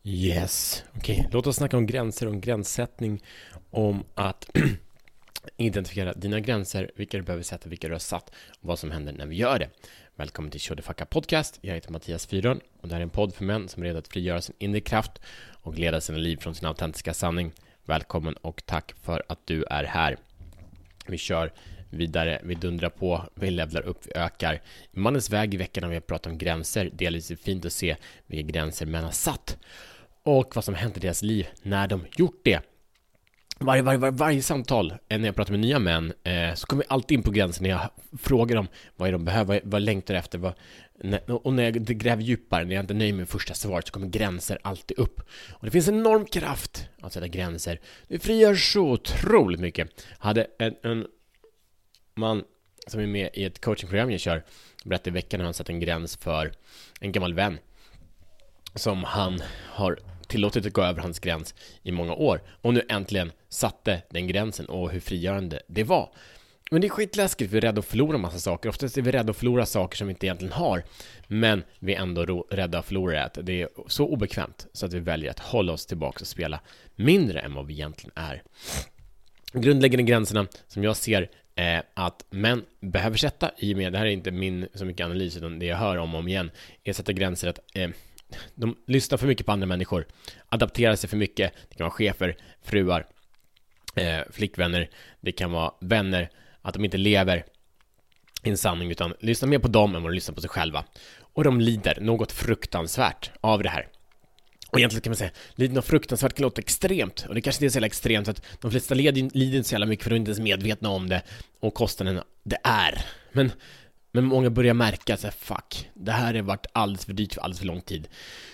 Yes, okej. Låt oss snacka om gränser och gränssättning. Om att identifiera dina gränser, vilka du behöver sätta, vilka du har satt och vad som händer när vi gör det. Välkommen till Show the Fuck Up Podcast. Jag heter Mattias Fyron och det här är en podd för män som är redo att frigöra sin inre kraft och leda sina liv från sin autentiska sanning. Välkommen och tack för att du är här. Vi kör vidare, vi dundrar på, vi levlar upp, vi ökar. I Mannens väg i veckan har vi pratat om gränser. Det är lite fint att se vilka gränser män har satt och vad som hänt i deras liv när de gjort det. Varje samtal när jag pratar med nya män så kommer jag alltid in på gränsen när jag frågar dem vad de behöver, vad längtar efter, och när jag gräver djupare, när jag inte nöjer med första svaret, så kommer gränser alltid upp. Och det finns en enorm kraft att sätta gränser. Det frigör så otroligt mycket. Jag hade en man som är med i ett coachingprogram jag kör, berättade i veckan när han satt en gräns för en gammal vän som han har tillåtit att gå över hans gräns i många år, och nu äntligen satte den gränsen, och hur frigörande det var. Men det är skitläskigt, vi är rädda att förlora massa saker. Oftast är vi rädda att förlora saker som vi inte egentligen har, men vi är ändå rädda att förlora det. Det är så obekvämt så att vi väljer att hålla oss tillbaka och spela mindre än vad vi egentligen är. Grundläggande gränserna som jag ser att män behöver sätta, i och med, det här är inte min så mycket analys utan det jag hör om och om igen, är att sätta gränser att de lyssnar för mycket på andra människor, adapterar sig för mycket. Det kan vara chefer, fruar, flickvänner, det kan vara vänner, att de inte lever i en sanning utan lyssnar mer på dem än vad de lyssnar på sig själva. Och de lider något fruktansvärt av det här. Och egentligen kan man säga, lider något fruktansvärt kan låta extremt. Och det kanske inte är så jävla extremt, att de flesta lider inte så jävla mycket för de är inte ens medvetna om det och kostnaden det är. Men många börjar märka att fuck, det här har varit alldeles för dyrt för alldeles för lång tid.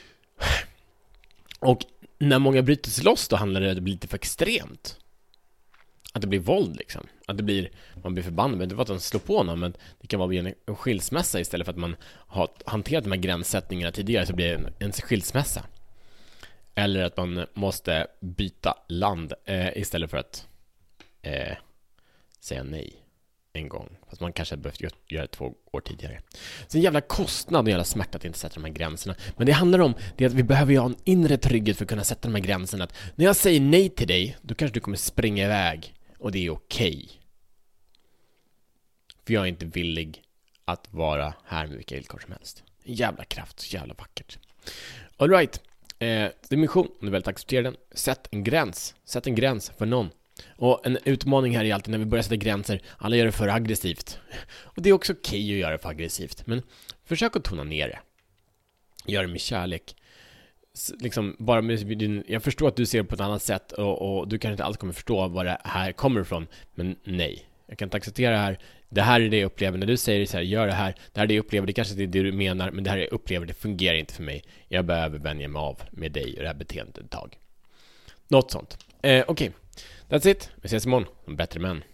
Och när många bryter sig loss, då handlar det om att det blir lite för extremt. Att det blir våld liksom. Att det blir, man blir förbannad, men det var att de slår på någon, men det kan vara en skilsmässa istället för att man har hanterat de här gränssättningarna tidigare, så blir det en skilsmässa. Eller att man måste byta land istället för att säga nej en gång. Fast man kanske hade behövt göra det 2 år tidigare. Så en jävla kostnad och en jävla smärta att inte sätta de här gränserna. Men det handlar om det att vi behöver ha en inre trygghet för att kunna sätta de här gränserna. Att när jag säger nej till dig, då kanske du kommer springa iväg. Och det är okej. För jag är inte villig att vara här med vilka villkor som helst. En jävla kraft, så jävla vackert. All right. Dimension, om du vill acceptera den. Sätt en gräns för någon. Och en utmaning här är alltid när vi börjar sätta gränser, alla gör det för aggressivt. Och det är också okej att göra det för aggressivt, men försök att tona ner det. Gör det med kärlek. Liksom bara med jag förstår att du ser det på ett annat sätt, och du kanske inte alls kommer förstå var det här kommer ifrån, men nej, jag kan inte acceptera det här. Det här är det jag upplever när du säger så här, gör det här. Det här är det jag upplever, det kanske inte är det du menar, men det här är jag upplever, det fungerar inte för mig. Jag behöver vänja mig av med dig och det här beteendet ett tag. Något sånt. Okej. That's it. Vi ses imorgon. Bättre män.